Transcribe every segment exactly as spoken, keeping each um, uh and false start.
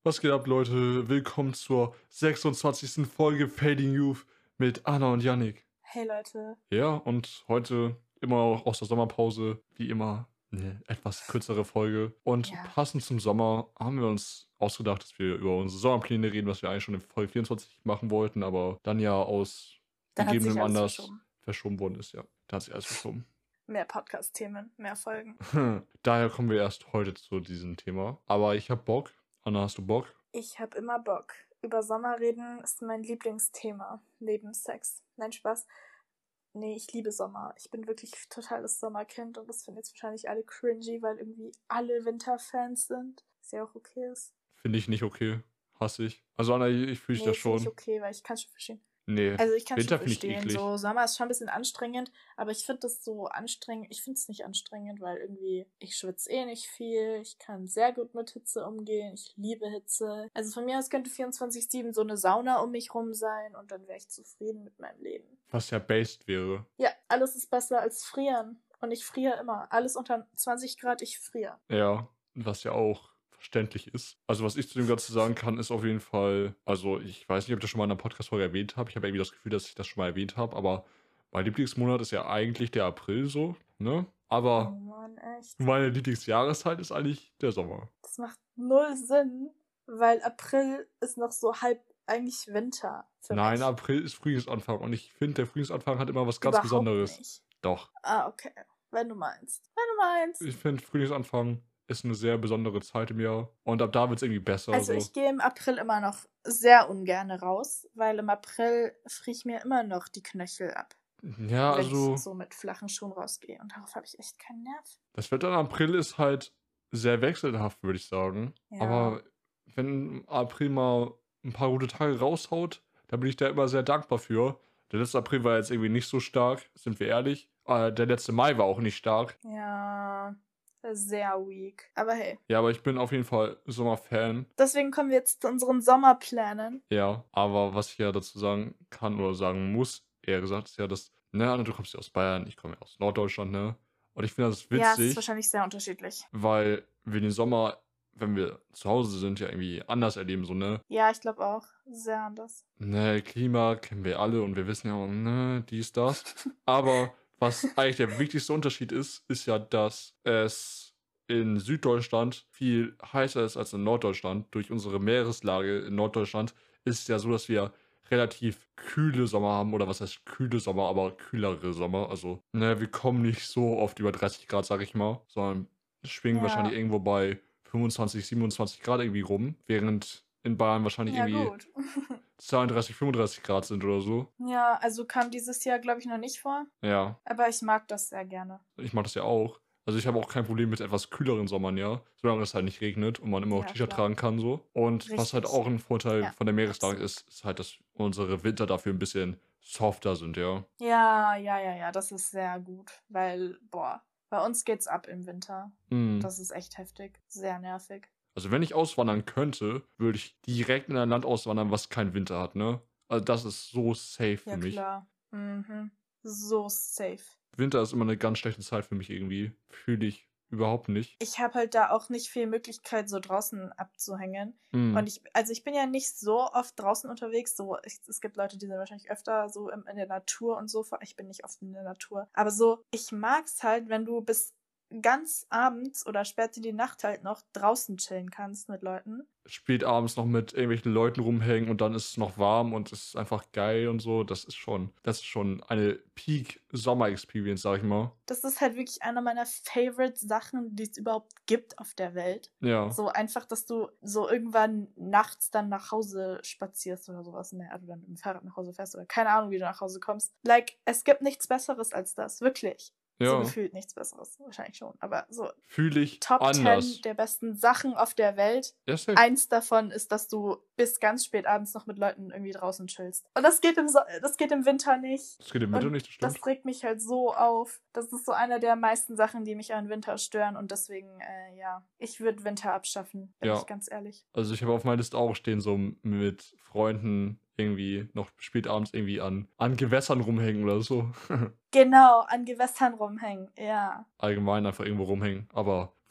Was geht ab, Leute? Willkommen zur sechsundzwanzigsten Folge Fading Youth mit Anna und Yannick. Hey Leute. Ja, und heute immer auch aus der Sommerpause, wie immer, eine etwas kürzere Folge. Und Ja. passend zum Sommer haben wir uns ausgedacht, dass wir über unsere Sommerpläne reden, was wir eigentlich schon in Folge vierundzwanzig machen wollten, aber dann ja aus Dann hat sich gegebenem alles Anlass verschoben. verschoben worden ist, ja. Da hat sich alles verschoben. Mehr Podcast-Themen, mehr Folgen. Daher kommen wir erst heute zu diesem Thema. Aber ich hab Bock. Anna, hast du Bock? Ich hab immer Bock. Über Sommer reden ist mein Lieblingsthema. Neben Sex. Nein, Spaß. Nee, ich liebe Sommer. Ich bin wirklich totales Sommerkind und das finden jetzt wahrscheinlich alle cringy, weil irgendwie alle Winterfans sind. Was ja auch okay ist. Finde ich nicht okay. Hasse ich. Also Anna, ich, ich fühle Nee, das finde schon. ich okay, weil ich kann schon verstehen. Nee, Also ich kann Winter schon finde ich verstehen, eklig. so Sommer ist schon ein bisschen anstrengend, aber ich finde das so anstrengend, ich finde es nicht anstrengend, weil irgendwie, ich schwitze eh nicht viel, ich kann sehr gut mit Hitze umgehen, ich liebe Hitze. Also von mir aus könnte vierundzwanzig sieben so eine Sauna um mich rum sein und dann wäre ich zufrieden mit meinem Leben. Was ja based wäre. Ja, alles ist besser als frieren und ich friere immer. Alles unter zwanzig Grad, ich friere. Ja, was ja auch verständlich ist. Also was ich zu dem Ganzen sagen kann, ist auf jeden Fall, also ich weiß nicht, ob ich das schon mal in einer Podcast-Folge erwähnt habe. Ich habe irgendwie das Gefühl, dass ich das schon mal erwähnt habe, aber mein Lieblingsmonat ist ja eigentlich der April so, ne? Oh Aber Mann, echt. meine Lieblingsjahreszeit ist eigentlich der Sommer. Das macht null Sinn, weil April ist noch so halb eigentlich Winter für Nein, mich. April ist Frühlingsanfang und ich finde, der Frühlingsanfang hat immer was ganz Überhaupt Besonderes. nicht. Doch. Ah, okay. Wenn du meinst. Wenn du meinst. Ich finde, Frühlingsanfang ist eine sehr besondere Zeit im Jahr. Und ab da wird es irgendwie besser. Also so. ich gehe im April immer noch sehr ungern raus, weil im April friere ich mir immer noch die Knöchel ab. Ja, wenn also. ich so mit flachen Schuhen rausgehe. Und darauf habe ich echt keinen Nerv. Das Wetter im April ist halt sehr wechselhaft, würde ich sagen. Ja. Aber wenn April mal ein paar gute Tage raushaut, dann bin ich da immer sehr dankbar für. Der letzte April war jetzt irgendwie nicht so stark, sind wir ehrlich. Äh, der letzte Mai war auch nicht stark. Ja, sehr weak. Aber hey. Ja, aber ich bin auf jeden Fall Sommerfan. Deswegen kommen wir jetzt zu unseren Sommerplänen. Ja, aber was ich ja dazu sagen kann oder sagen muss, eher gesagt, ist ja, dass, ne, Anna, du kommst ja aus Bayern, ich komme ja aus Norddeutschland, ne? Und ich finde das witzig. Ja, es ist wahrscheinlich sehr unterschiedlich. Weil wir den Sommer, wenn wir zu Hause sind, ja irgendwie anders erleben, so, ne? Ja, ich glaube auch. Sehr anders. Ne, Klima kennen wir alle und wir wissen ja, ne, dies, das. Aber was eigentlich der wichtigste Unterschied ist, ist ja, dass es in Süddeutschland viel heißer ist als in Norddeutschland. Durch unsere Meereslage in Norddeutschland ist es ja so, dass wir relativ kühle Sommer haben. Oder was heißt kühle Sommer, aber kühlere Sommer. Also, ne, wir kommen nicht so oft über dreißig Grad, sag ich mal, sondern schwingen Ja. wahrscheinlich irgendwo bei fünfundzwanzig, siebenundzwanzig Grad irgendwie rum. Während in Bayern wahrscheinlich Ja, irgendwie gut. zweiunddreißig, fünfunddreißig Grad sind oder so. Ja, also kam dieses Jahr, glaube ich, noch nicht vor. Ja, Aber ich mag das sehr gerne. ich mag das ja auch. Also ich habe auch kein Problem mit etwas kühleren Sommern, ja. Solange es halt nicht regnet und man immer auch Ja, T-Shirt klar. tragen kann, so. Und was halt Richtig. auch ein Vorteil Ja, von der Meereslage absolut. ist, ist halt, dass unsere Winter dafür ein bisschen softer sind, ja. Ja, ja, ja, ja, das ist sehr gut. Weil, boah, bei uns geht's ab im Winter. Mhm. Das ist echt heftig. Sehr nervig. Also wenn ich auswandern könnte, würde ich direkt in ein Land auswandern, was keinen Winter hat, ne? Also das ist so safe für Ja, mich. klar. Mhm. So safe. Winter ist immer eine ganz schlechte Zeit für mich irgendwie. Fühle ich überhaupt nicht. Ich habe halt da auch nicht viel Möglichkeit, so draußen abzuhängen. Mhm. Und ich, also ich bin ja nicht so oft draußen unterwegs. So, ich, es gibt Leute, die sind wahrscheinlich öfter so in, in der Natur und so. Ich bin nicht oft in der Natur. Aber so, ich mag's halt, wenn du bis ganz abends oder spät in die Nacht halt noch draußen chillen kannst mit Leuten. Spät abends noch mit irgendwelchen Leuten rumhängen und dann ist es noch warm und es ist einfach geil und so. Das ist schon, das ist schon eine Peak-Sommer-Experience, sag ich mal. Das ist halt wirklich eine meiner Favorite-Sachen, die es überhaupt gibt auf der Welt. Ja. So einfach, dass du so irgendwann nachts dann nach Hause spazierst oder sowas. Ne, also dann mit dem Fahrrad nach Hause fährst oder keine Ahnung, wie du nach Hause kommst. Like, es gibt nichts Besseres als das, wirklich. Ja. So gefühlt nichts Besseres, wahrscheinlich schon. Aber so Fühle ich Top anders. zehn der besten Sachen auf der Welt. Ja, safe. Eins davon ist, dass du bis ganz spät abends noch mit Leuten irgendwie draußen chillst. Und das geht im, so das geht im Winter nicht. Das geht im Winter Und nicht, das stimmt. das regt mich halt so auf. Das ist so eine der meisten Sachen, die mich an Winter stören. Und deswegen, äh, ja, ich würde Winter abschaffen, bin Ja. ich ganz ehrlich. Also ich habe auf meiner Liste auch stehen, so mit Freunden irgendwie noch spät abends irgendwie an, an Gewässern rumhängen oder so. Genau, an Gewässern rumhängen, ja. Allgemein einfach irgendwo rumhängen. Aber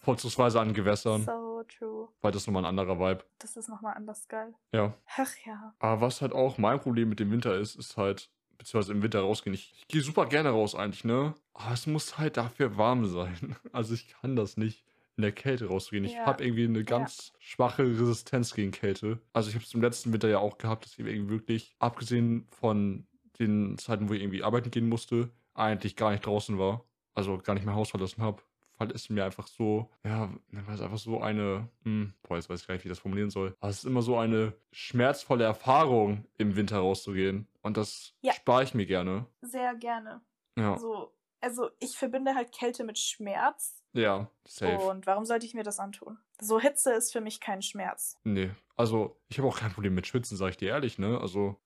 Vorzugsweise an Gewässern, So true. weil das nochmal ein anderer Vibe. Das ist nochmal anders geil. Ja. Ach ja. Aber was halt auch mein Problem mit dem Winter ist, ist halt, beziehungsweise im Winter rausgehen. Ich, ich gehe super gerne raus eigentlich, ne? Aber es muss halt dafür warm sein. Also ich kann das nicht, in der Kälte rauszugehen. Ich Ja. habe irgendwie eine Ja. ganz schwache Resistenz gegen Kälte. Also ich habe es im letzten Winter ja auch gehabt, dass ich irgendwie wirklich, abgesehen von den Zeiten, wo ich irgendwie arbeiten gehen musste, eigentlich gar nicht draußen war. Also gar nicht mehr Haus verlassen habe. Weil es mir einfach so, ja, weil es einfach so eine, hm, boah, jetzt weiß ich gar nicht, wie ich das formulieren soll. Aber es ist immer so eine schmerzvolle Erfahrung, im Winter rauszugehen. Und das Ja. spare ich mir gerne. Sehr gerne. Ja, So, also ich verbinde halt Kälte mit Schmerz. ja, safe. Und warum sollte ich mir das antun? So Hitze ist für mich kein Schmerz. Nee, also ich habe auch kein Problem mit Schwitzen, sage ich dir ehrlich, ne? Also,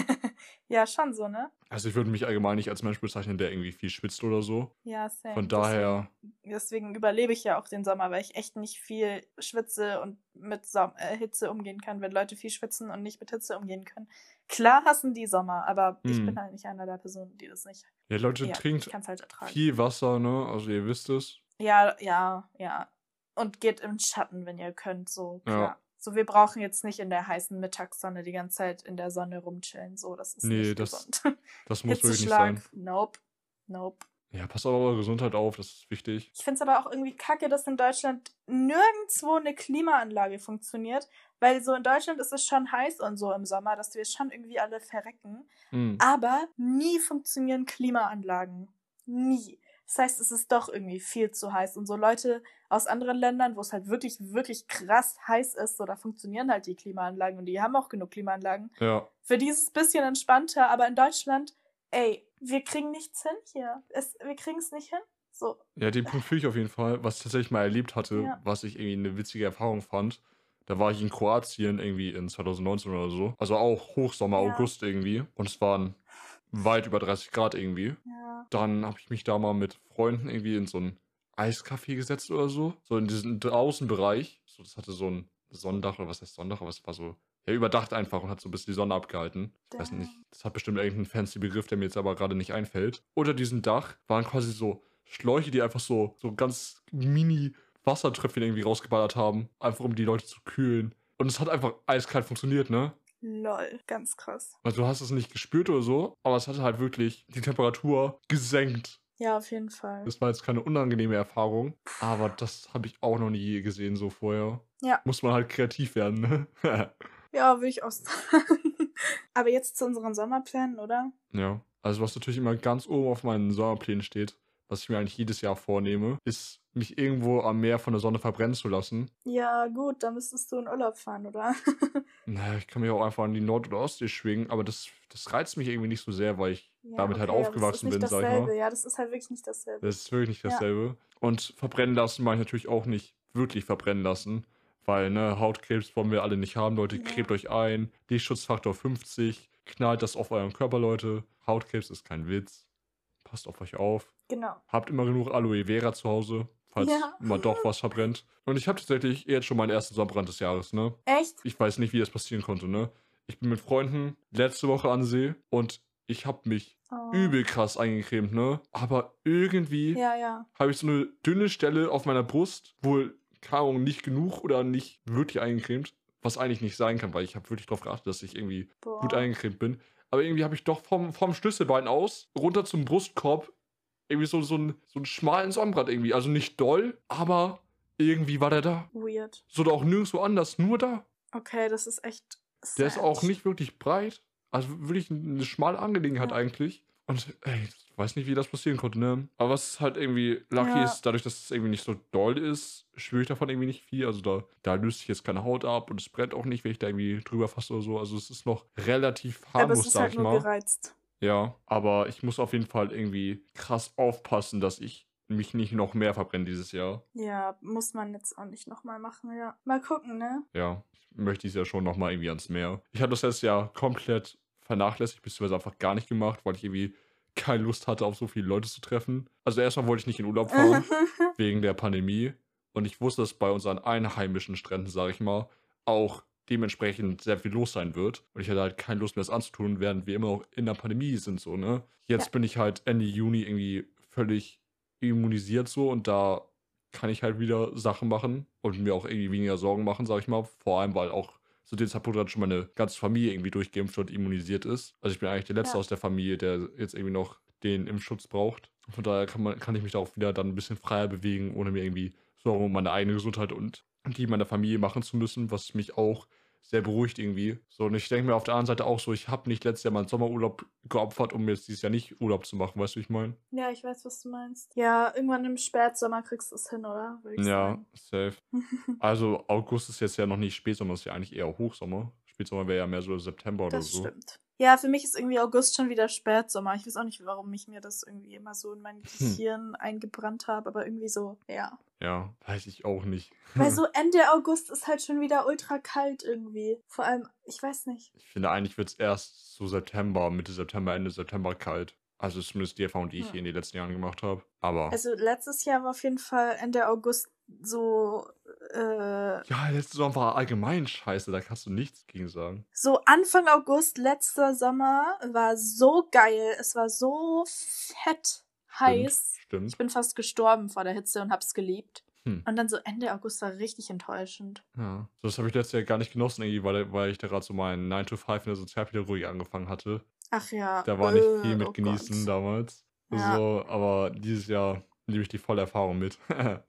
Ja, schon so, ne? also ich würde mich allgemein nicht als Mensch bezeichnen, der irgendwie viel schwitzt oder so. Ja, same. Von daher, Deswegen, deswegen überlebe ich ja auch den Sommer, weil ich echt nicht viel schwitze und mit Som äh, Hitze umgehen kann, wenn Leute viel schwitzen und nicht mit Hitze umgehen können. Klar hassen die Sommer, aber ich Hm. bin halt nicht einer der Personen, die das nicht. ja, Leute, Ja, ich trinkt kann es halt ertragen. viel Wasser, ne? Also ihr wisst es. Ja, ja, ja. Und geht im Schatten, wenn ihr könnt, so, Ja. klar. So, wir brauchen jetzt nicht in der heißen Mittagssonne die ganze Zeit in der Sonne rumchillen, so, das ist Nee, nicht das- gesund. Das muss wirklich nicht Hitzeschlag, sein. nope, nope. Ja, passt aber auf eure Gesundheit auf, das ist wichtig. Ich finde es aber auch irgendwie kacke, dass in Deutschland nirgendwo eine Klimaanlage funktioniert, weil so in Deutschland ist es schon heiß und so im Sommer, dass wir schon irgendwie alle verrecken, Hm. aber nie funktionieren Klimaanlagen. Nie. Das heißt, es ist doch irgendwie viel zu heiß und so Leute aus anderen Ländern, wo es halt wirklich, wirklich krass heiß ist, so da funktionieren halt die Klimaanlagen und die haben auch genug Klimaanlagen. Ja, Für die ist es ein bisschen entspannter, aber in Deutschland, ey, wir kriegen nichts hin hier. Es, wir kriegen es nicht hin. So, ja, den Punkt fühle ich auf jeden Fall. Was ich tatsächlich mal erlebt hatte, Ja. was ich irgendwie eine witzige Erfahrung fand. Da war ich in Kroatien irgendwie in zwanzig neunzehn oder so. Also auch Hochsommer, Ja. August irgendwie. Und es waren weit über dreißig Grad irgendwie. ja. Dann habe ich mich da mal mit Freunden irgendwie in so ein Eiscafé gesetzt oder so. So in diesen Außenbereich. So, das hatte so ein Sonnendach oder was heißt Sonnendach, aber es war so, ja, überdacht einfach und hat so ein bisschen die Sonne abgehalten. Ich weiß Damn. nicht, das hat bestimmt irgendeinen fancy Begriff, der mir jetzt aber gerade nicht einfällt. Unter diesem Dach waren quasi so Schläuche, die einfach so, so ganz mini Wassertröpfchen irgendwie rausgeballert haben. Einfach um die Leute zu kühlen. Und es hat einfach eiskalt funktioniert, ne? Lol, ganz krass. Also du hast es nicht gespürt oder so, aber es hat halt wirklich die Temperatur gesenkt. Ja, auf jeden Fall. Das war jetzt keine unangenehme Erfahrung, aber das habe ich auch noch nie gesehen so vorher. Ja. Muss man halt kreativ werden, ne? Ja, würde ich auch sagen. Aber jetzt zu unseren Sommerplänen, oder? Ja. Also was natürlich immer ganz oben auf meinen Sommerplänen steht, was ich mir eigentlich jedes Jahr vornehme, ist, mich irgendwo am Meer von der Sonne verbrennen zu lassen. Ja, gut, dann müsstest du in Urlaub fahren, oder? Naja, ich kann mich auch einfach an die Nord- oder Ostsee schwingen, aber das, das reizt mich irgendwie nicht so sehr, weil ich Ja, damit halt okay, aber aufgewachsen das ist bin, nicht sag ich dasselbe. mal. Ja, das ist halt wirklich nicht dasselbe. Das ist wirklich nicht Ja. dasselbe. Und verbrennen lassen mache ich natürlich auch nicht wirklich verbrennen lassen, weil, ne, Hautkrebs wollen wir alle nicht haben, Leute, Ja. cremt euch ein, Lichtschutzfaktor fünfzig, knallt das auf euren Körper, Leute. Hautkrebs ist kein Witz. Passt auf euch auf. Genau. Habt immer genug Aloe Vera zu Hause, falls Ja. mal doch was verbrennt. Und ich habe tatsächlich jetzt schon meinen ersten Sonnenbrand des Jahres, ne? Echt? Ich weiß nicht, wie das passieren konnte, ne? Ich bin mit Freunden letzte Woche an See und ich habe mich Oh. übel krass eingecremt, ne? Aber irgendwie Ja, ja. habe ich so eine dünne Stelle auf meiner Brust, wohl, keine Ahnung, nicht genug oder nicht wirklich eingecremt, was eigentlich nicht sein kann, weil ich habe wirklich darauf geachtet, dass ich irgendwie Boah. gut eingecremt bin. Aber irgendwie habe ich doch vom, vom Schlüsselbein aus runter zum Brustkorb irgendwie so, so, einen, so einen schmalen Sonnenbrand irgendwie. Also nicht doll, aber irgendwie war der da. Weird. So auch nirgendwo anders, nur da. Okay, das ist echt Der ist sad. auch nicht wirklich breit. Also wirklich eine schmale Angelegenheit Ja. eigentlich. Und ey, ich weiß nicht, wie das passieren konnte, ne? Aber was halt irgendwie lucky Ja. ist, dadurch, dass es irgendwie nicht so doll ist, spüre ich davon irgendwie nicht viel. Also da, da löst sich jetzt keine Haut ab und es brennt auch nicht, wenn ich da irgendwie drüber fasse oder so. Also es ist noch relativ Aber es harmlos, ist sag halt ich nur mal. gereizt. Ja, aber ich muss auf jeden Fall irgendwie krass aufpassen, dass ich mich nicht noch mehr verbrenne dieses Jahr. Ja, muss man jetzt auch nicht nochmal machen, ja. Mal gucken, ne? Ja, ich möchte dieses Jahr schon nochmal irgendwie ans Meer. Ich habe das letztes Jahr komplett vernachlässigt, beziehungsweise einfach gar nicht gemacht, weil ich irgendwie keine Lust hatte, auf so viele Leute zu treffen. Also erstmal wollte ich nicht in Urlaub fahren, wegen der Pandemie. Und ich wusste, dass bei unseren einheimischen Stränden, sage ich mal, auch dementsprechend sehr viel los sein wird. Und ich hatte halt keine Lust mehr, das anzutun, während wir immer noch in der Pandemie sind, so, ne? Jetzt Ja. bin ich halt Ende Juni irgendwie völlig immunisiert so und da kann ich halt wieder Sachen machen und mir auch irgendwie weniger Sorgen machen, sag ich mal. Vor allem, weil auch zu dem Zeitpunkt dann schon meine ganze Familie irgendwie durchgeimpft und immunisiert ist. Also ich bin eigentlich der Letzte Ja. aus der Familie, der jetzt irgendwie noch den Impfschutz braucht. Von daher kann, man, kann ich mich da auch wieder dann ein bisschen freier bewegen, ohne mir irgendwie Sorgen um meine eigene Gesundheit und die meiner Familie machen zu müssen, was mich auch sehr beruhigt irgendwie. So, und ich denke mir auf der anderen Seite auch so, ich habe nicht letztes Jahr meinen Sommerurlaub geopfert, um jetzt dieses Jahr nicht Urlaub zu machen, weißt du, wie ich meine? Ja, ich weiß, was du meinst. Ja, irgendwann im Spätsommer kriegst du es hin, oder? Würde ich Ja, sagen. safe. Also August ist jetzt ja noch nicht Spätsommer, ist ja eigentlich eher Hochsommer. Spätsommer wäre ja mehr so September oder Das so. stimmt. Ja, für mich ist irgendwie August schon wieder Spätsommer. Ich weiß auch nicht, warum ich mir das irgendwie immer so in mein Gehirn eingebrannt habe, aber irgendwie so, ja. Ja, weiß ich auch nicht. Weil so Ende August ist halt schon wieder ultra kalt irgendwie. Vor allem, ich weiß nicht. Ich finde, eigentlich wird es erst so September, Mitte September, Ende September kalt. Also zumindest die Erfahrung, die ich Hm. in den letzten Jahren gemacht habe. Aber Also letztes Jahr war auf jeden Fall Ende August so, äh, ja, letzte Sommer war allgemein scheiße, da kannst du nichts gegen sagen. so Anfang August, letzter Sommer, war so geil. Es war so fett heiß. Stimmt. Ich bin fast gestorben vor der Hitze und hab's geliebt. Hm. Und dann so Ende August war richtig enttäuschend. Ja. So, das habe ich letztes Jahr gar nicht genossen, irgendwie, weil, weil ich da gerade so meinen nine to five in der Sozialpädagogik angefangen hatte. Ach ja. Da war nicht äh, viel mit oh genießen Gott. damals. Ja. So, aber dieses Jahr nehme ich die volle Erfahrung mit.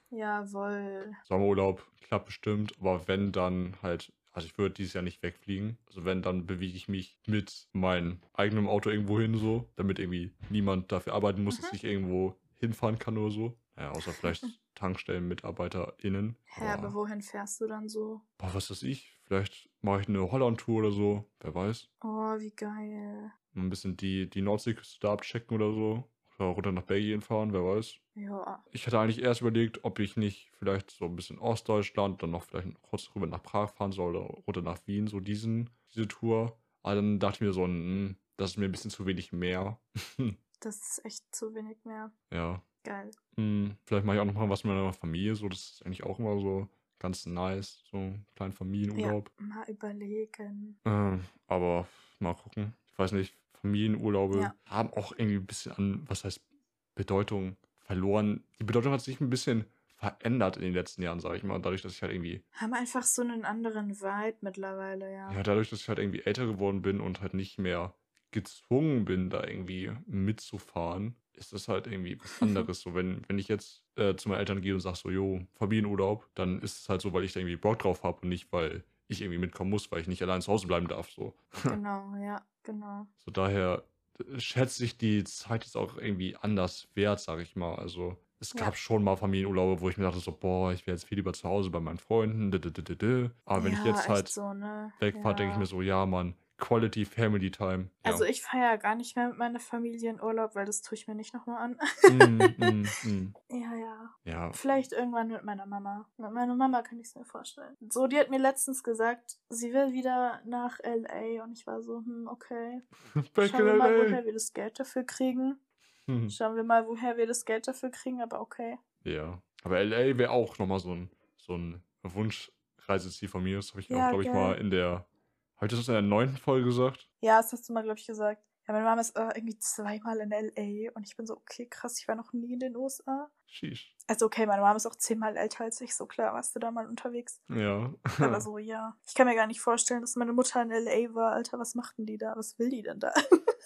Jawohl. Sommerurlaub klappt bestimmt, aber wenn dann halt, also ich würde dieses Jahr nicht wegfliegen. Also wenn, dann bewege ich mich mit meinem eigenen Auto irgendwo hin, so, damit irgendwie niemand dafür arbeiten muss, Mhm. dass ich irgendwo hinfahren kann oder so. Ja, außer vielleicht TankstellenmitarbeiterInnen. Hä, aber wohin fährst du dann so? Boah, was weiß ich? Vielleicht mache ich eine Holland-Tour oder so. Wer weiß. Oh, wie geil. Mal ein bisschen die, die Nordseeküste da abchecken oder so. Oder runter nach Belgien fahren, wer weiß. Ja. Ich hatte eigentlich erst überlegt, ob ich nicht vielleicht so ein bisschen Ostdeutschland, dann noch vielleicht kurz rüber nach Prag fahren soll oder runter nach Wien, so diesen, diese Tour. Aber dann dachte ich mir so, hm, das ist mir ein bisschen zu wenig mehr. Das ist echt zu wenig mehr. Ja. Geil. Hm, vielleicht mache ich auch noch mal was mit meiner Familie, so, das ist eigentlich auch immer so ganz nice, so einen kleinen Familienurlaub. Ja, mal überlegen. Ähm, aber mal gucken. Ich weiß nicht, Familienurlaube Ja. haben auch irgendwie ein bisschen an, was heißt Bedeutung verloren. Die Bedeutung hat sich ein bisschen verändert in den letzten Jahren, sage ich mal. Dadurch, dass ich halt irgendwie, Haben einfach so einen anderen Vibe mittlerweile, ja. ja, dadurch, dass ich halt irgendwie älter geworden bin und halt nicht mehr gezwungen bin, da irgendwie mitzufahren, ist das halt irgendwie was anderes. So, wenn, wenn ich jetzt äh, zu meinen Eltern gehe und sage so, jo, Familienurlaub, dann ist es halt so, weil ich da irgendwie Bock drauf habe und nicht, weil ich irgendwie mitkommen muss, weil ich nicht allein zu Hause bleiben darf. So, Genau, ja, genau. so daher äh, schätze ich die Zeit jetzt auch irgendwie anders wert, sage ich mal. Also es Ja. gab schon mal Familienurlaube, wo ich mir dachte so, boah, ich wäre jetzt viel lieber zu Hause bei meinen Freunden. d- d- d- d- d. Aber wenn ich Ja, jetzt echt halt so, ne? wegfahre, denke ich Ja. mir so, ja, Mann, Quality Family Time. Ja. Also ich feiere gar nicht mehr mit meiner Familie in Urlaub, weil das tue ich mir nicht nochmal an. mm, mm, mm. Ja, ja. Ja, Vielleicht irgendwann mit meiner Mama. Mit meiner Mama kann ich es mir vorstellen. So, die hat mir letztens gesagt, sie will wieder nach L A und ich war so, hm, okay. Back Schauen in wir mal, L A. woher wir das Geld dafür kriegen. Hm. Schauen wir mal, woher wir das Geld dafür kriegen, aber okay. Ja, aber L A wäre auch nochmal so ein, so ein Wunschreiseziel von mir. Das habe ich Ja, auch, glaube ich, geil. mal in der, habe ich das in der neunten Folge gesagt? Ja, das hast du mal, glaube ich, gesagt. Ja, meine Mama ist äh, irgendwie zweimal in L A und ich bin so, okay, krass, ich war noch nie in den U S A. Sheesh. Also okay, meine Mama ist auch zehnmal älter als ich, so klar warst du da mal unterwegs. Ja. Aber so, ja. Ich kann mir gar nicht vorstellen, dass meine Mutter in L A war. Alter, was macht denn die da? Was will die denn da?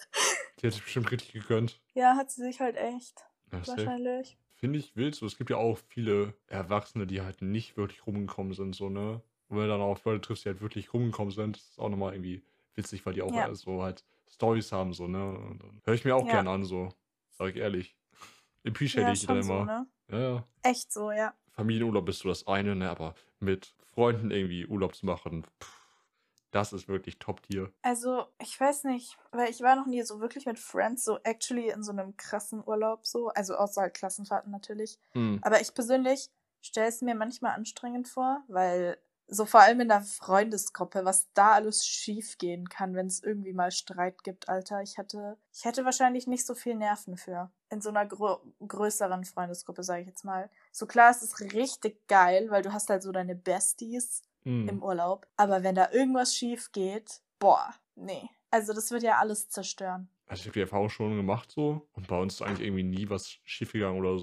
Die hat sich bestimmt richtig gegönnt. Ja, hat sie sich halt echt. Ja, safe. Wahrscheinlich. Finde ich wild so. Es gibt ja auch viele Erwachsene, die halt nicht wirklich rumgekommen sind, so, ne? Und wenn du dann auch auf Leute triffst, die halt wirklich rumgekommen sind, das ist auch nochmal irgendwie witzig, weil die auch Ja. äh, so halt Storys haben, so, ne? Und dann höre ich mir auch Ja. gern an, so. Sag ich ehrlich. Appreciate Ja, ich dann schon so, immer. ne? Ja, ja. Echt so, ja. Familienurlaub ist so das eine, ne? Aber mit Freunden irgendwie Urlaub zu machen, pff, das ist wirklich Top-Tier. Also, ich weiß nicht, weil ich war noch nie so wirklich mit Friends so actually in so einem krassen Urlaub so. Also außer halt Klassenfahrten natürlich. Hm. Aber ich persönlich stelle es mir manchmal anstrengend vor, weil so vor allem in der Freundesgruppe, was da alles schief gehen kann, wenn es irgendwie mal Streit gibt, Alter. Ich hatte, ich hätte wahrscheinlich nicht so viel Nerven für. In so einer grö größeren Freundesgruppe, sage ich jetzt mal. So klar, es ist richtig geil, weil du hast halt so deine Besties Hm. im Urlaub. Aber wenn da irgendwas schief geht, boah, nee. Also das wird ja alles zerstören. Also ich habe die Erfahrung schon gemacht so und bei uns ist eigentlich irgendwie nie was schiefgegangen oder so.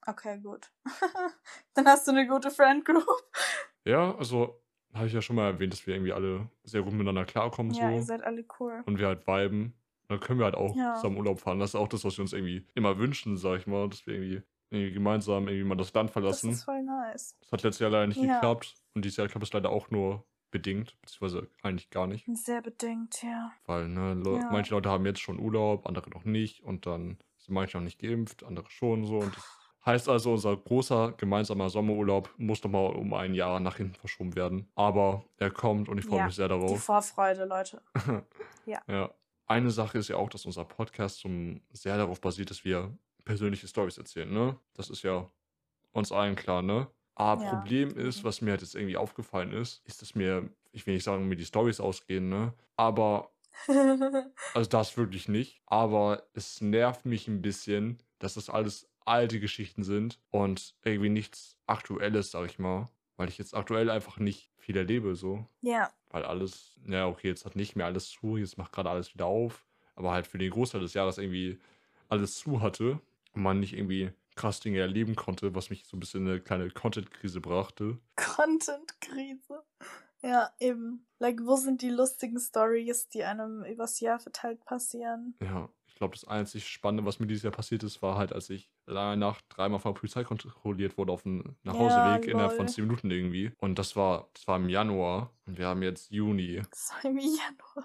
Okay, gut. Dann hast du eine gute Friend Group. Ja, also habe ich ja schon mal erwähnt, dass wir irgendwie alle sehr gut miteinander klarkommen Ja, ihr so seid alle cool. und wir halt viben. Dann können wir halt auch Ja. zusammen Urlaub fahren. Das ist auch das, was wir uns irgendwie immer wünschen, sag ich mal, dass wir irgendwie, irgendwie gemeinsam irgendwie mal das Land Das verlassen. ist voll nice. Das hat letztes Jahr leider nicht Ja. geklappt und dieses Jahr klappt es leider auch nur bedingt, beziehungsweise eigentlich gar nicht. Sehr bedingt, ja. Weil, ne, Le Ja. manche Leute haben jetzt schon Urlaub, andere noch nicht und dann sind manche noch nicht geimpft, andere schon so. Und das heißt also, unser großer gemeinsamer Sommerurlaub muss nochmal um ein Jahr nach hinten verschoben werden. Aber er kommt und ich freue Ja, mich sehr Die darauf. Vorfreude, Leute. Ja. Ja. Eine Sache ist ja auch, dass unser Podcast zum, sehr darauf basiert, dass wir persönliche Storys erzählen, ne? Das ist ja uns allen klar, ne? Aber Ja, Problem ist, eben. was mir halt jetzt irgendwie aufgefallen ist, ist, dass mir, ich will nicht sagen, mir die Storys ausgehen, ne? Aber, also das wirklich nicht. Aber es nervt mich ein bisschen, dass das alles alte Geschichten sind und irgendwie nichts Aktuelles, sag ich mal. Weil ich jetzt aktuell einfach nicht viel erlebe, so. Ja, Weil alles, ja, okay, jetzt hat nicht mehr alles zu, jetzt macht gerade alles wieder auf. Aber halt für den Großteil des Jahres irgendwie alles zu hatte und man nicht irgendwie krass Dinge erleben konnte, was mich so ein bisschen in eine kleine Content-Krise brachte. Content-Krise. Ja, eben. Like, wo sind die lustigen Stories, die einem übers Jahr verteilt passieren? Ja, ich glaube, das einzig Spannende, was mir dieses Jahr passiert ist, war halt, als ich lange Nacht dreimal von der Polizei kontrolliert wurde auf dem Ja, Nachhauseweg innerhalb von lol. zehn Minuten irgendwie. Und das war, das war im Januar und wir haben jetzt Juni. Das war im Januar.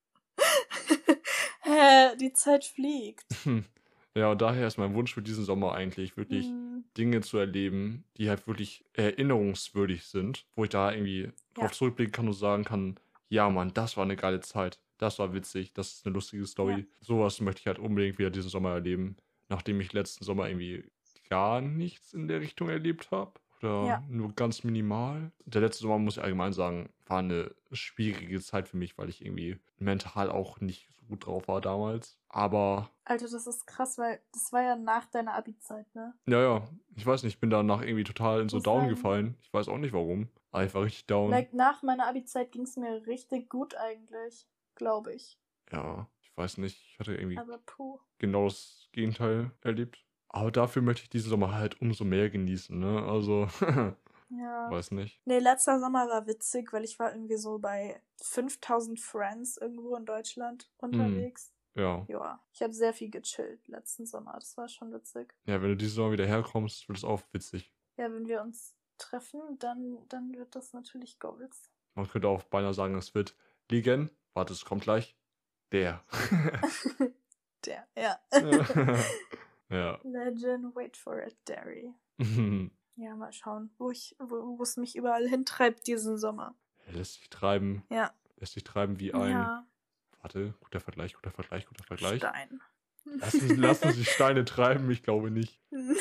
Hä, die Zeit fliegt. Ja, und daher ist mein Wunsch für diesen Sommer eigentlich wirklich Hm, Dinge zu erleben, die halt wirklich erinnerungswürdig sind, wo ich da irgendwie Ja. drauf zurückblicken kann und sagen kann, ja Mann, das war eine geile Zeit, das war witzig, das ist eine lustige Story. Sowas möchte ich halt unbedingt wieder diesen Sommer erleben, nachdem ich letzten Sommer irgendwie gar nichts in der Richtung erlebt habe. Oder Ja. nur ganz minimal. Der letzte Sommer, muss ich allgemein sagen, war eine schwierige Zeit für mich, weil ich irgendwie mental auch nicht so gut drauf war damals. Aber Alter, das ist krass, weil das war ja nach deiner Abi-Zeit, ne? ja, ja, ich weiß nicht, ich bin danach irgendwie total in Ich so muss down sagen, gefallen. Ich weiß auch nicht warum. Aber ich war richtig down. like, nach meiner Abi-Zeit ging es mir richtig gut eigentlich, glaube ich. Ja, ich weiß nicht, ich hatte irgendwie Aber puh. genau das Gegenteil erlebt. Aber dafür möchte ich diesen Sommer halt umso mehr genießen, ne? Also, Ja. weiß nicht. Nee, letzter Sommer war witzig, weil ich war irgendwie so bei fünftausend Friends irgendwo in Deutschland unterwegs. Ja. Ja, ich habe sehr viel gechillt letzten Sommer. Das war schon witzig. Ja, wenn du diesen Sommer wieder herkommst, wird es auch witzig. Ja, wenn wir uns treffen, dann, dann wird das natürlich Goals. Man könnte auch beinahe sagen, es wird liegen. Warte, es kommt gleich. Der. Der, ja. Ja. Legend, wait for it, Derry. Ja, mal schauen, wo ich, wo wo es mich überall hintreibt diesen Sommer. Er lässt sich treiben. Ja. Lässt sich treiben wie ein. Ja. Warte, guter Vergleich, guter Vergleich, guter Vergleich. Stein. Lassen, lassen sich Steine treiben? Ich glaube nicht.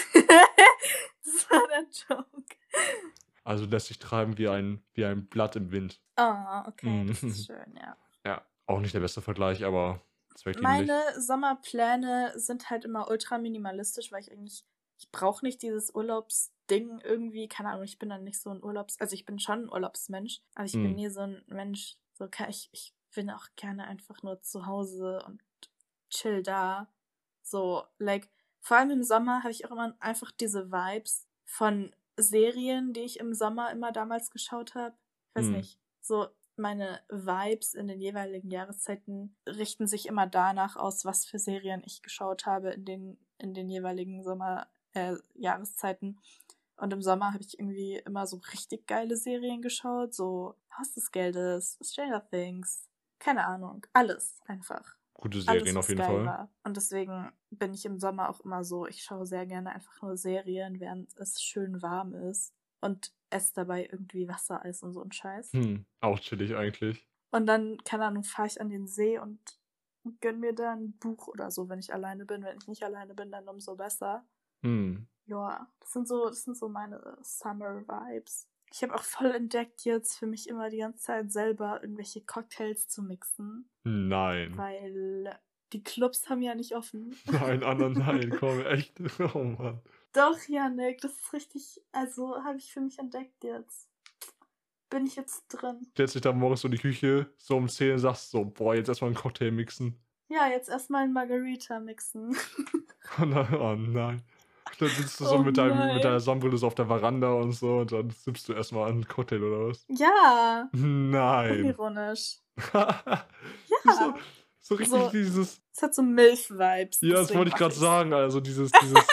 Das war der Joke. Also lässt sich treiben wie ein, wie ein Blatt im Wind. Ah, okay, das Mhm. ist schön, ja. Ja, auch nicht der beste Vergleich, aber zweckdienlich. Meine Sommerpläne sind halt immer ultra minimalistisch, weil ich eigentlich, ich brauche nicht dieses Urlaubsding irgendwie, keine Ahnung, ich bin dann nicht so ein Urlaubs, also ich bin schon ein Urlaubsmensch, aber ich bin Hm. nie so ein Mensch, so kann ich, ich bin auch gerne einfach nur zu Hause und chill da. So, like, vor allem im Sommer habe ich auch immer einfach diese Vibes von Serien, die ich im Sommer immer damals geschaut habe. Ich weiß Hm. nicht, so meine Vibes in den jeweiligen Jahreszeiten richten sich immer danach aus, was für Serien ich geschaut habe in den, in den jeweiligen Sommer, äh, Jahreszeiten. Und im Sommer habe ich irgendwie immer so richtig geile Serien geschaut, so Haus des Geldes, Stranger Things, keine Ahnung, alles einfach. Gute Alles, Serien auf was jeden geil Fall. war. Und deswegen bin ich im Sommer auch immer so, ich schaue sehr gerne einfach nur Serien, während es schön warm ist. Und esse dabei irgendwie Wassereis und so ein Scheiß. Hm. Auch chillig eigentlich. Und dann, keine Ahnung, fahre ich an den See und gönn mir da ein Buch oder so, wenn ich alleine bin. Wenn ich nicht alleine bin, dann umso besser. Hm. Ja, das sind so, das sind so meine Summer-Vibes. Ich habe auch voll entdeckt, jetzt für mich immer die ganze Zeit selber irgendwelche Cocktails zu mixen. Nein. Weil die Clubs haben ja nicht offen. Nein, Anna, nein, komm, echt. Oh Mann. Doch, Janik, das ist richtig, also habe ich für mich entdeckt jetzt. Bin ich jetzt drin. Stellst dich da morgens so in die Küche, so um zehn und sagst so, boah, jetzt erstmal einen Cocktail mixen. Ja, jetzt erstmal ein Margarita mixen. Oh nein, oh nein. Dann sitzt du so Oh mit, deinem, mit deiner nein. Sonnenbrille so auf der Veranda und so und dann sippst du erstmal einen Cocktail oder was? Ja, Nein. unironisch. Ist so, Ja, so richtig so, dieses. es hat so Milf-Vibes, Ja, das deswegen wollte ich mache gerade ich's. sagen, also dieses, dieses.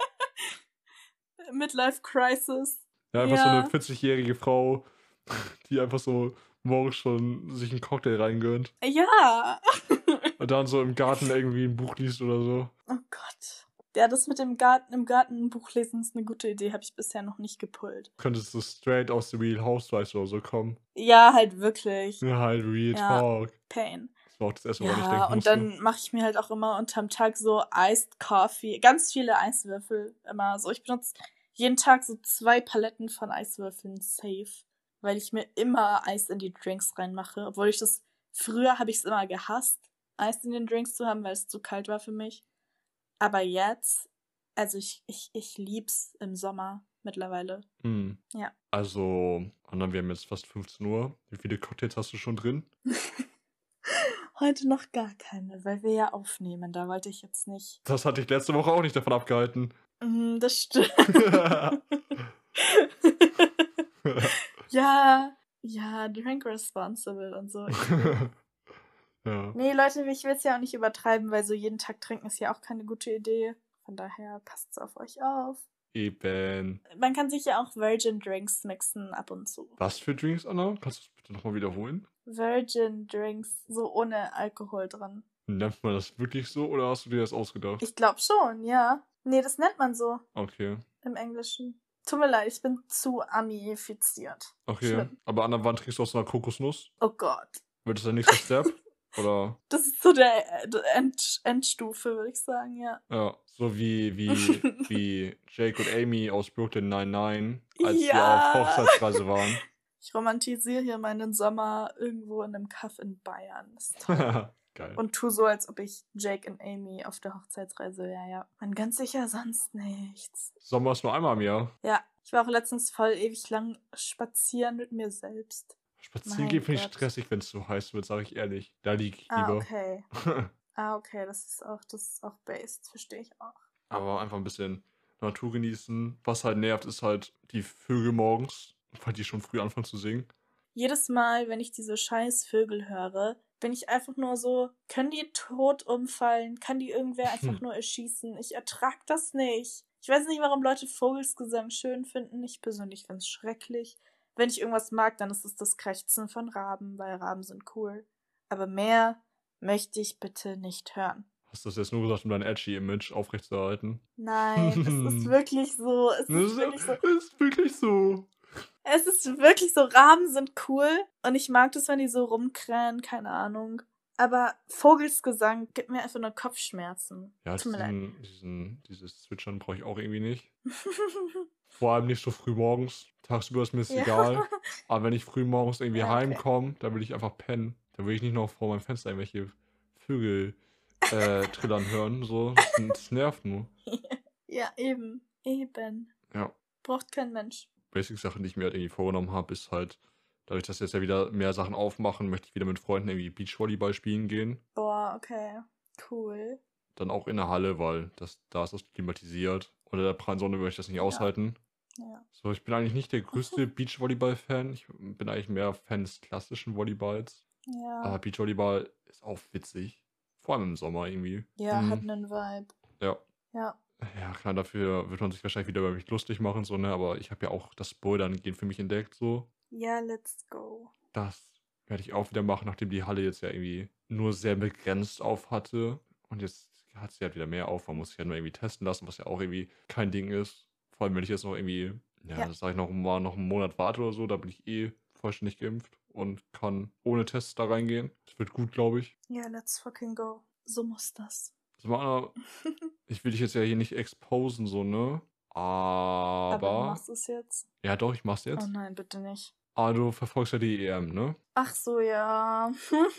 Midlife Crisis. Ja, einfach so eine Ja, vierzig-jährige Frau, die einfach so morgens schon sich einen Cocktail reingönnt ja. und dann so im Garten irgendwie ein Buch liest oder so. Oh Gott. Ja, das mit dem Garten, im Garten ein Buch lesen ist eine gute Idee, habe ich bisher noch nicht gepullt. Könntest du straight aus The Real Housewives oder so kommen. Ja, halt wirklich. Ja, halt Real Ja. Talk. Pain. Das war auch das erste, woran ich Ja, denken und musste. dann mache ich mir halt auch immer unterm Tag so Iced Coffee, ganz viele Eiswürfel immer so. Ich benutze jeden Tag so zwei Paletten von Eiswürfeln safe, weil ich mir immer Eis in die Drinks reinmache, obwohl ich das früher habe ich es immer gehasst, Eis in den Drinks zu haben, weil es zu kalt war für mich. Aber jetzt, also ich ich ich lieb's im Sommer mittlerweile. Hm. Ja. Also, Anna, wir haben jetzt fast fünfzehn Uhr. Wie viele Cocktails hast du schon drin? Heute noch gar keine, weil wir ja aufnehmen. Da wollte ich jetzt nicht. Das hatte ich letzte Woche auch nicht davon abgehalten. Mm, das stimmt. ja, ja, drink responsible und so. Ja. Nee, Leute, ich will es ja auch nicht übertreiben, weil so jeden Tag trinken ist ja auch keine gute Idee. Von daher passt auf euch auf. Eben. Man kann sich ja auch Virgin Drinks mixen ab und zu. Was für Drinks, Anna? Kannst du das bitte nochmal wiederholen? Virgin Drinks, so ohne Alkohol drin. Nennt man das wirklich so oder hast du dir das ausgedacht? Ich glaube schon, ja. Nee, das nennt man so Okay. im Englischen. Tut mir leid, ich bin zu amifiziert. Okay. Schlimm. Aber Anna, wann trinkst du aus einer Kokosnuss? Oh Gott. Wird das der nächste Step? Oder? Das ist so der äh, End Endstufe, würde ich sagen, ja. Ja, so wie, wie, wie Jake und Amy aus Brooklyn Nine-Nine, als sie auf Ja. Hochzeitsreise waren. Ich romantisiere hier meinen Sommer irgendwo in einem Kaff in Bayern. Das ist toll. Geil. Und tu so, als ob ich Jake und Amy auf der Hochzeitsreise wäre, ja. Man ganz sicher sonst nichts. Sommer ist nur einmal im Jahr. Ja, ich war auch letztens voll ewig lang spazieren mit mir selbst. Spazieren Mein gehen finde ich Gott. stressig, wenn es so heiß wird, sage ich ehrlich. Da liege ich Ah, lieber. okay. Ah, okay, das ist auch, das ist auch based, verstehe ich auch. Aber einfach ein bisschen Natur genießen. Was halt nervt, ist halt die Vögel morgens, weil die schon früh anfangen zu singen. Jedes Mal, wenn ich diese scheiß Vögel höre, bin ich einfach nur so, können die tot umfallen? Kann die irgendwer einfach nur erschießen? Ich ertrag das nicht. Ich weiß nicht, warum Leute Vogelsgesang schön finden. Ich persönlich finde es schrecklich. Wenn ich irgendwas mag, dann ist es das Krächzen von Raben, weil Raben sind cool. Aber mehr möchte ich bitte nicht hören. Hast du das jetzt nur gesagt, um dein edgy-Image aufrechtzuerhalten? Nein, es ist wirklich so. Es Das ist ist, wirklich so. ist wirklich so. Es ist wirklich so, Raben sind cool und ich mag das, wenn die so rumkrähen, keine Ahnung. Aber Vogelsgesang gibt mir einfach nur Kopfschmerzen. Ja, Tut mir leid. diesen, diesen, dieses Zwitschern brauche ich auch irgendwie nicht. Vor allem nicht so früh morgens. Tagsüber ist mir das Ja. egal. Aber wenn ich früh morgens irgendwie Ja, okay. heimkomme, dann will ich einfach pennen. Dann will ich nicht noch vor meinem Fenster irgendwelche Vögel äh, trillern hören. So, das, das nervt nur. Ja, eben. Eben. Ja. Braucht kein Mensch. Basic-Sachen, die ich mir halt irgendwie vorgenommen habe, ist halt, dadurch, dass jetzt ja wieder mehr Sachen aufmachen, möchte ich wieder mit Freunden irgendwie Beachvolleyball spielen gehen. Boah, okay. Cool. Dann auch in der Halle, weil das, da ist das klimatisiert. Unter der prallen Sonne würde ich das nicht Ja. aushalten. Ja. So, ich bin eigentlich nicht der größte Beachvolleyball-Fan. Ich bin eigentlich mehr Fan des klassischen Volleyballs. Ja. Aber Beachvolleyball ist auch witzig. Vor allem im Sommer irgendwie. Ja, Mhm. hat einen Vibe. Ja. Ja. Ja, klar, dafür wird man sich wahrscheinlich wieder über mich lustig machen, so, ne? Aber ich habe ja auch das Bouldern gehen für mich entdeckt, so. Ja, let's go. Das werde ich auch wieder machen, nachdem die Halle jetzt ja irgendwie nur sehr begrenzt auf hatte. Und jetzt hat sie halt wieder mehr auf. Man muss sich ja nur irgendwie testen lassen, was ja auch irgendwie kein Ding ist. Vor allem, wenn ich jetzt noch irgendwie, ja, Ja. das sage ich noch mal, noch einen Monat warte oder so, da bin ich eh vollständig geimpft und kann ohne Tests da reingehen. Das wird gut, glaube ich. Ja, let's fucking go. So muss das. Das war, ich will dich jetzt ja hier nicht exposen, so, ne? Aber du Aber. machst es jetzt. Ja, doch, ich mach's Oh jetzt. nein, bitte nicht. Aber du verfolgst ja die E M, ne? Ach so, ja.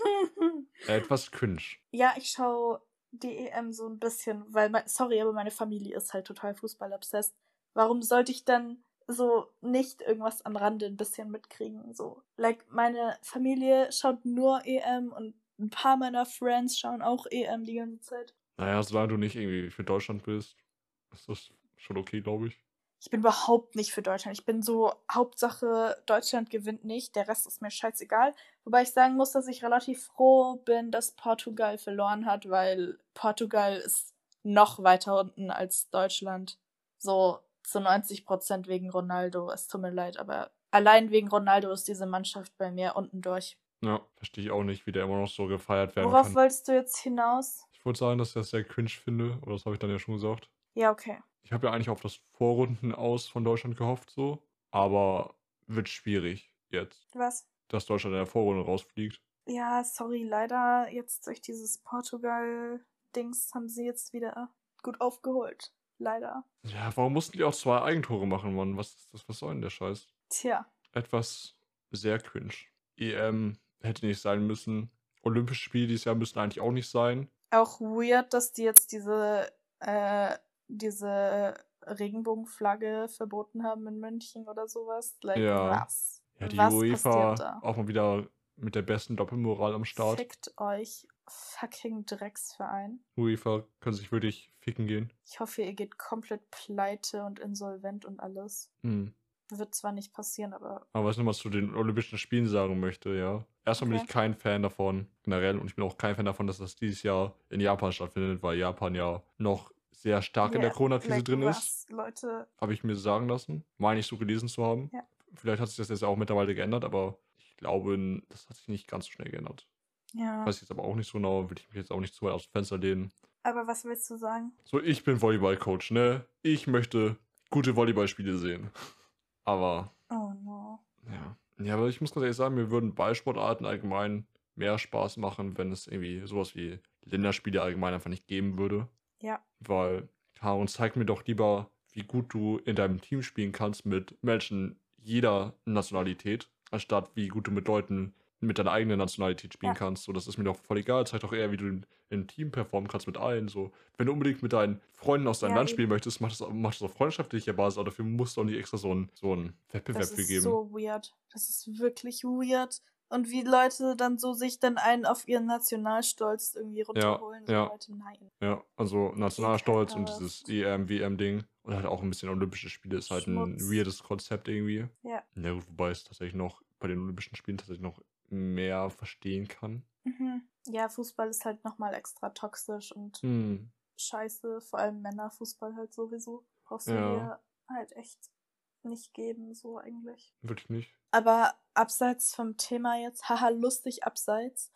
Etwas cringe. Ja, ich schaue die E M so ein bisschen, weil, mein, sorry, aber meine Familie ist halt total Fußball-obsessed. Warum sollte ich dann so nicht irgendwas am Rande ein bisschen mitkriegen? So, like, meine Familie schaut nur E M und ein paar meiner Friends schauen auch E M die ganze Zeit. Naja, solange du nicht irgendwie für Deutschland bist, ist das schon okay, glaube ich. Ich bin überhaupt nicht für Deutschland. Ich bin so, Hauptsache, Deutschland gewinnt nicht. Der Rest ist mir scheißegal. Wobei ich sagen muss, dass ich relativ froh bin, dass Portugal verloren hat, weil Portugal ist noch weiter unten als Deutschland. So zu neunzig Prozent wegen Ronaldo. Es tut mir leid, aber allein wegen Ronaldo ist diese Mannschaft bei mir unten durch. Ja, verstehe ich auch nicht, wie der immer noch so gefeiert werden Worauf kann. wolltest du jetzt hinaus? Ich wollte sagen, dass ich das sehr cringe finde, aber das habe ich dann ja schon gesagt. Ja, okay. Ich habe ja eigentlich auf das Vorrunden aus von Deutschland gehofft, so. Aber wird schwierig jetzt, Was? dass Deutschland in der Vorrunde rausfliegt. Ja, sorry, leider jetzt durch dieses Portugal-Dings haben sie jetzt wieder gut aufgeholt. Leider. Ja, warum mussten die auch zwei Eigentore machen, Mann? Was ist das? Was soll denn der Scheiß? Tja. Etwas sehr cringe. E M hätte nicht sein müssen. Olympische Spiele dieses Jahr müssen eigentlich auch nicht sein. Auch weird, dass die jetzt diese, äh, diese Regenbogenflagge verboten haben in München oder sowas. Like, Ja. was? Ja, die was UEFA passiert da? auch mal wieder mit der besten Doppelmoral am Start. Fickt euch, fucking Drecksverein. UEFA können sich wirklich ficken gehen. Ich hoffe, ihr geht komplett pleite und insolvent und alles. Hm. Wird zwar nicht passieren, aber Aber was ich nochmal zu den Olympischen Spielen sagen möchte, ja. Erstmal bin Okay. ich kein Fan davon, generell. Und ich bin auch kein Fan davon, dass das dieses Jahr in Japan stattfindet, weil Japan ja noch sehr stark in der Yeah, Corona-Krise like, drin ist. was, Leute? Habe ich mir sagen lassen. Meine ich so gelesen zu haben. Ja. Vielleicht hat sich das jetzt auch mittlerweile geändert, aber ich glaube, das hat sich nicht ganz so schnell geändert. Ja. Weiß ich jetzt aber auch nicht so genau, würde ich mich jetzt auch nicht zu weit aus dem Fenster lehnen. Aber was willst du sagen? So, ich bin Volleyball-Coach, ne? Ich möchte gute Volleyballspiele sehen. Aber, Oh no. ja. Ja, aber ich muss ganz ehrlich sagen, mir würden Ballsportarten allgemein mehr Spaß machen, wenn es irgendwie sowas wie Länderspiele allgemein einfach nicht geben würde. Ja. Weil, ja, und zeig mir doch lieber, wie gut du in deinem Team spielen kannst mit Menschen jeder Nationalität, anstatt wie gut du mit Leuten mit deiner eigenen Nationalität spielen Ja. kannst. So, das ist mir doch voll egal. Zeig doch eher, wie du in- im Team performen kannst mit allen. So, wenn du unbedingt mit deinen Freunden aus deinem Ja, Land eben. spielen möchtest, mach das, mach das auf freundschaftlicher Basis, aber dafür musst du auch nicht extra so einen so einen Wettbewerb Das für ist geben. so weird. Das ist wirklich weird. Und wie Leute dann so sich dann einen auf ihren Nationalstolz irgendwie runterholen. So ja. Leute, nein. Ja, also Nationalstolz und Ekelhaft. dieses E M, W M-Ding und halt auch ein bisschen Olympische Spiele ist halt ein Schmutz. weirdes Konzept irgendwie. Ja. Ja, gut, wobei es tatsächlich noch bei den Olympischen Spielen tatsächlich noch mehr verstehen kann. Mhm. Ja, Fußball ist halt nochmal extra toxisch und Hm. scheiße. Vor allem Männerfußball halt sowieso. Brauchst du Ja. dir halt echt nicht geben, so eigentlich. Wirklich nicht. Aber abseits vom Thema jetzt, haha, lustig abseits.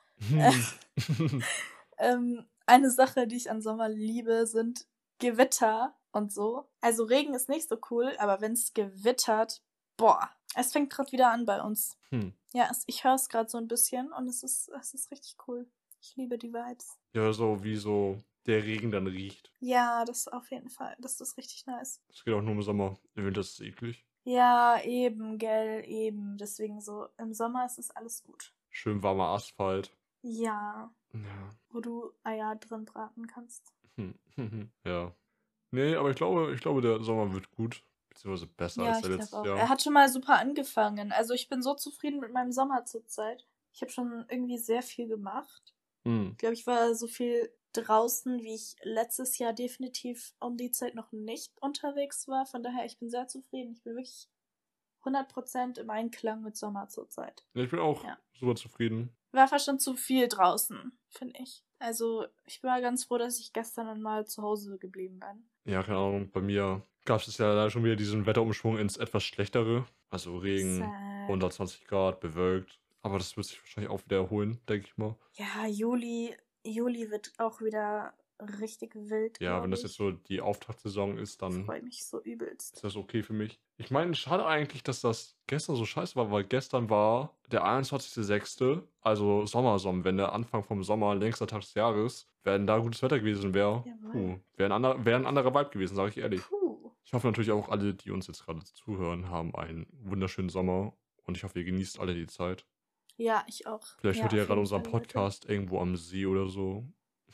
ähm, eine Sache, die ich an Sommer liebe, sind Gewitter und so. Also Regen ist nicht so cool, aber wenn es gewittert, boah, es fängt gerade wieder an bei uns. Hm. Ja, es, ich höre es gerade so ein bisschen und es ist, es ist richtig cool. Ich liebe die Vibes. Ja, so wie so der Regen dann riecht. Ja, das auf jeden Fall. Das ist richtig nice. Das geht auch nur im Sommer. Im Winter ist es eklig. Ja, eben, gell, eben. Deswegen so, im Sommer ist es alles gut. Schön warmer Asphalt. Ja, Ja. wo du Eier drin braten kannst. Hm. Ja. Nee, aber ich glaube, ich glaube, der Sommer wird gut. Beziehungsweise besser Ja, als ich der glaube letztes auch. Jahr. Er hat schon mal super angefangen. Also ich bin so zufrieden mit meinem Sommer zurzeit. Ich habe schon irgendwie sehr viel gemacht. Hm. Ich glaube, ich war so viel draußen, wie ich letztes Jahr definitiv um die Zeit noch nicht unterwegs war. Von daher, ich bin sehr zufrieden. Ich bin wirklich hundert Prozent im Einklang mit Sommer zurzeit. Ja, ich bin auch Ja. super zufrieden. War fast schon zu viel draußen, finde ich. Also ich war ganz froh, dass ich gestern dann mal zu Hause geblieben bin. Ja, keine Ahnung, bei mir gab es ja leider schon wieder diesen Wetterumschwung ins etwas schlechtere. Also Regen, Sad. hundertzwanzig Grad, bewölkt. Aber das wird sich wahrscheinlich auch wieder erholen, denke ich mal. Ja, Juli, Juli wird auch wieder richtig wild, Ja, glaub wenn das ich. jetzt so die Auftaktsaison ist, dann Freue mich so übelst. ist das okay für mich. Ich meine, schade eigentlich, dass das gestern so scheiße war, weil gestern war der einundzwanzigster sechste, also Sommersonnenwende, Anfang vom Sommer, längster Tag des Jahres. Wenn da gutes Wetter gewesen wäre, Jawohl. puh, wäre ein, ander, wär ein anderer Vibe gewesen, sage ich ehrlich. Puh. Ich hoffe natürlich auch, alle, die uns jetzt gerade zuhören, haben einen wunderschönen Sommer und ich hoffe, ihr genießt alle die Zeit. Ja, ich auch. Vielleicht ja, hört ihr ja auf gerade jeden unseren Fall, Leute. Podcast irgendwo am See oder so.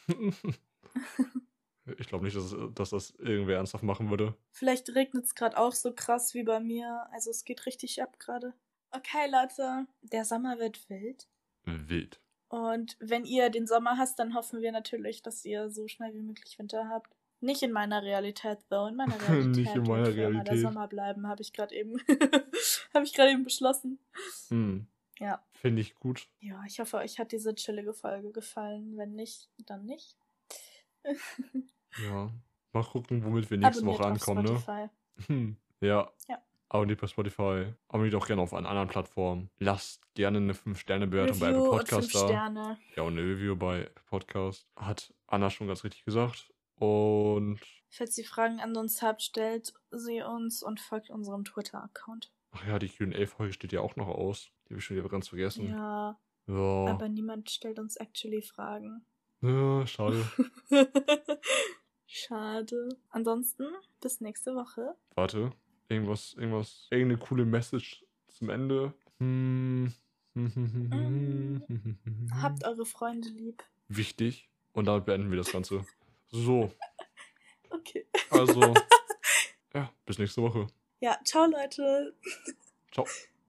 Ich glaube nicht, dass, dass das irgendwer ernsthaft machen würde. Vielleicht regnet es gerade auch so krass wie bei mir. Also es geht richtig ab gerade. Okay, Leute. Der Sommer wird wild. Wild. Und wenn ihr den Sommer hasst, dann hoffen wir natürlich, dass ihr so schnell wie möglich Winter habt. Nicht in meiner Realität, though. In meiner Nicht Realität in meiner wird für immer der Realität. Sommer bleiben, habe ich gerade eben, habe ich gerade eben beschlossen. Hm. Ja. Finde ich gut. Ja, ich hoffe, euch hat diese chillige Folge gefallen. Wenn nicht, dann nicht. Ja. Mal gucken, womit wir nächste Abonniert Woche auf ankommen, Spotify. ne? Hm. Ja. Ja. Abonniert bei Spotify. Abonniert auch gerne auf einer anderen Plattform. Lasst gerne eine fünf Sterne Bewertung bei Apple Review und Podcast fünf da. Sterne. Ja, und eine Review bei Apple Podcast. Hat Anna schon ganz richtig gesagt. Und Falls ihr Fragen an uns habt, stellt sie uns und folgt unserem Twitter-Account. ach ja, die Q und A-Folge steht ja auch noch aus. Die habe ich schon wieder ganz vergessen. Ja, Ja. aber niemand stellt uns actually Fragen. Ja, schade. Schade. Ansonsten, bis nächste Woche. Warte. Irgendwas, irgendwas. Irgendeine coole Message zum Ende. Hm. Habt eure Freunde lieb. Wichtig. Und damit beenden wir das Ganze. So. Okay. Also. Ja, bis nächste Woche. Ja, ciao Leute. Ciao.